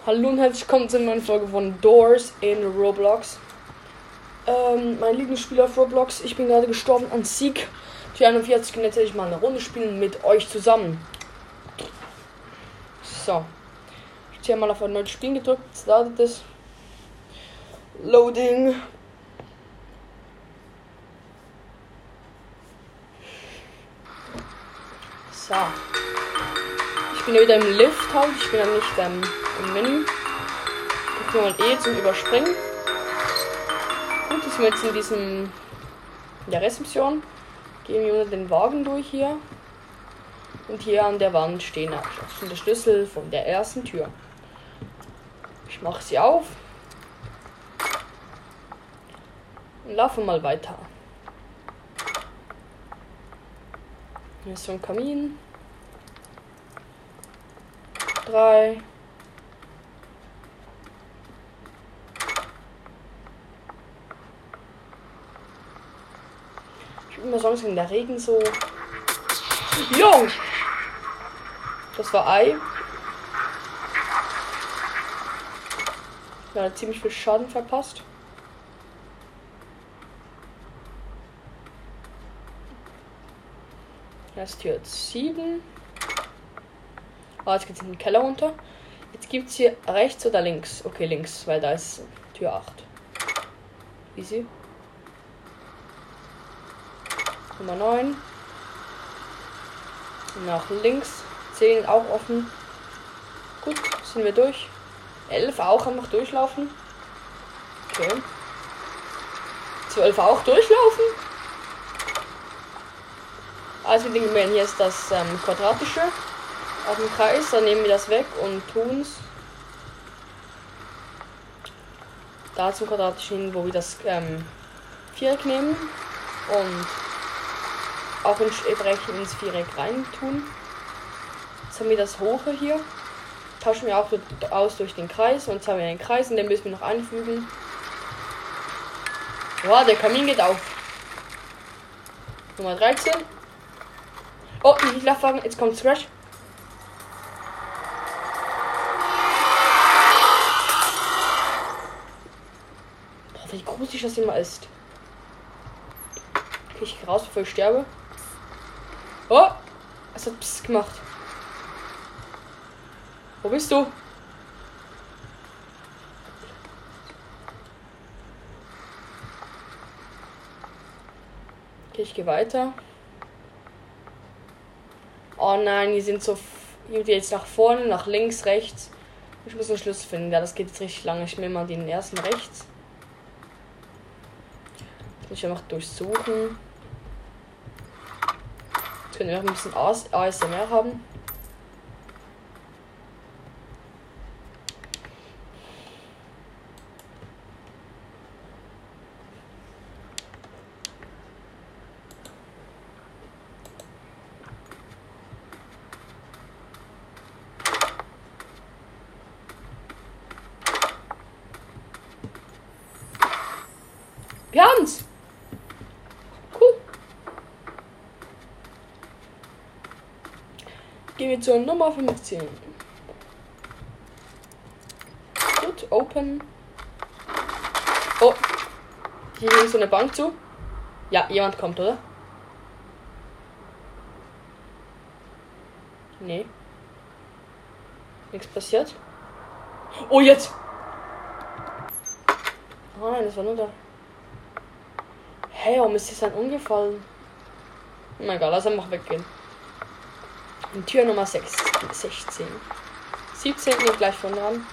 Hallo und herzlich willkommen zu einer neuen Folge von Doors in Roblox. Mein Lieblingsspiel auf Roblox. Ich bin gerade gestorben an Sieg. Die 41 und jetzt werde ich mal eine Runde spielen mit euch zusammen. So. Ich habe hier mal auf ein neues Spiel gedrückt. Jetzt startet es. Loading. So. Ich bin ja wieder im Lift halt. Ich bin ja nicht im Menü. Drücken wir mal E zum Überspringen. Gut, dass wir jetzt in diesem Restmission gehen wir unter den Wagen durch hier. Und hier an der Wand stehen schon der Schlüssel von der ersten Tür. Ich mache sie auf. Und laufe mal weiter. Hier ist so ein Kamin. 3. Ich würde immer sagen, in der Regen so. Jo! Das war Ei. Ja, ziemlich viel Schaden verpasst. Erst Tür 7. Jetzt geht es in den Keller runter. Jetzt gibt es hier rechts oder links? Okay, links, weil da ist Tür 8. Easy. Nummer 9. Nach links. 10 auch offen. Gut, sind wir durch. 11 auch einfach durchlaufen. Okay. 12 auch durchlaufen. Also wir nehmen hier ist das quadratische auf dem Kreis, dann nehmen wir das weg und tun es da zum quadratischen hin, wo wir das Viereck nehmen und auch entsprechend ins Viereck rein tun. Jetzt haben wir das Hohe hier, tauschen wir auch aus durch den Kreis und jetzt haben wir den Kreis und den müssen wir noch einfügen. Wow, der Kamin geht auf. Nummer 13. Oh, die Schlafwagen, jetzt kommt Crash. Boah, wie gruselig das immer ist. Okay, ich gehe raus, bevor ich sterbe. Oh, es hat Psst gemacht. Wo bist du? Okay, ich gehe weiter. Oh nein, die sind so. Jetzt nach vorne, nach links, rechts. Ich muss einen Schlüssel finden. Ja, das geht jetzt richtig lange. Ich nehme mal den ersten rechts. Jetzt muss ich einfach durchsuchen. Jetzt können wir noch ein bisschen ASMR haben. Wir haben's! Cool. Gehen wir zur Nummer 15. Gut, open. Oh. Hier ist so eine Bank zu. Ja, jemand kommt, oder? Nee. Nichts passiert. Oh, jetzt! Oh nein, das war nur da. Hey, warum ist das dann umgefallen? Oh mein Gott, lass einfach weggehen. Und Tür Nummer 6, 16. 17 geht gleich von dran.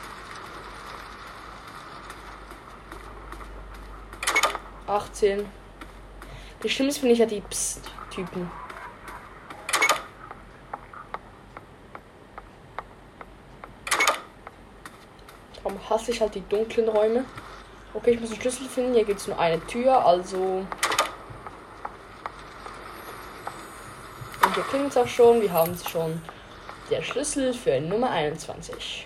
18. Die Schlimmste finde ich ja die Psst-Typen. Darum hasse ich halt die dunklen Räume. Okay, ich muss einen Schlüssel finden. Hier gibt es nur eine Tür, also. Und hier klingelt es auch schon. Wir haben schon der Schlüssel für Nummer 21.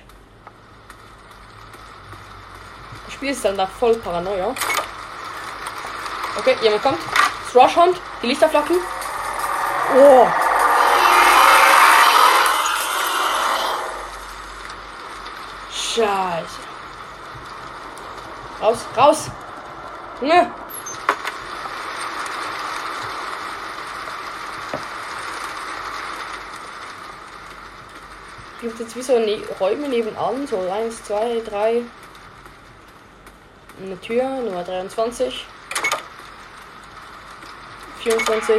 Das Spiel ist dann da voll Paranoia. Okay, jemand kommt. Thrush Hunt, die Lichter flackern. Oh. Scheiße. Raus, raus. Ne. Gibt jetzt wie so Räume nebenan, so 1, 2, 3. Eine Tür, Nummer 23. 24.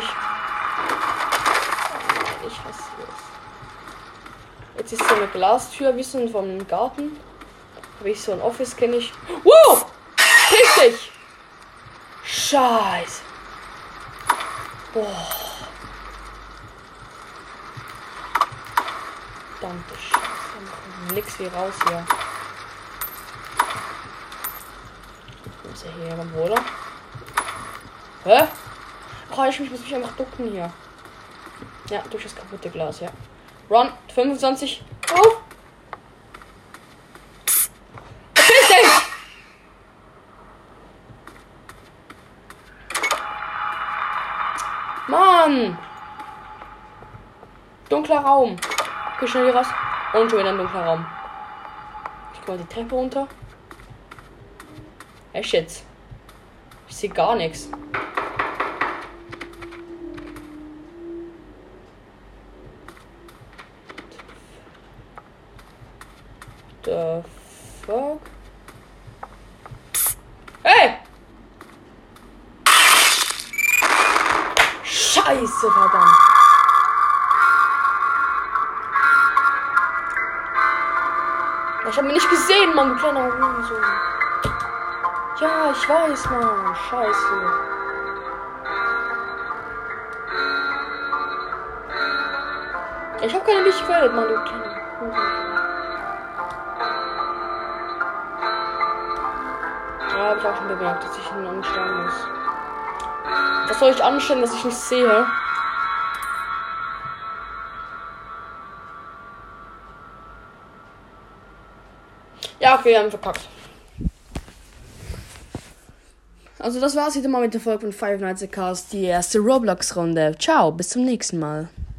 Nein, ich hasse es. Jetzt ist so eine Glastür, wie so vom Garten. Habe ich so ein Office, kenne ich. Wow! Richtig! Scheiße! Boah. Verdammte Scheiße. Nix wie raus hier. Wo ist er hier irgendwo, oder? Hä? Oh, ich muss mich einfach ducken hier. Ja, durch das kaputte Glas, ja. Run, 25. Oh! Verpiss dich! Mann! Dunkler Raum. Okay, schnell hier raus. Und schon wieder ein dunkler Raum. Ich gehe mal die Treppe runter. Echt jetzt? Ich sehe gar nichts. The fuck? Hey! Scheiße, verdammt! Ich habe mich nicht gesehen, Mann, du kleiner Hurensohn. Ja, ich weiß, Mann. Scheiße. Ich habe keine Lichtquelle, Mann, du kleiner Hurensohn. Ja, habe ich auch schon bemerkt, dass ich ihn anstellen muss. Was soll ich anstellen, dass ich nicht sehe? Ja, okay, wir haben verkackt. Also das war's wieder mal mit der Folge von Five Nights at Cast, die erste Roblox-Runde. Ciao, bis zum nächsten Mal.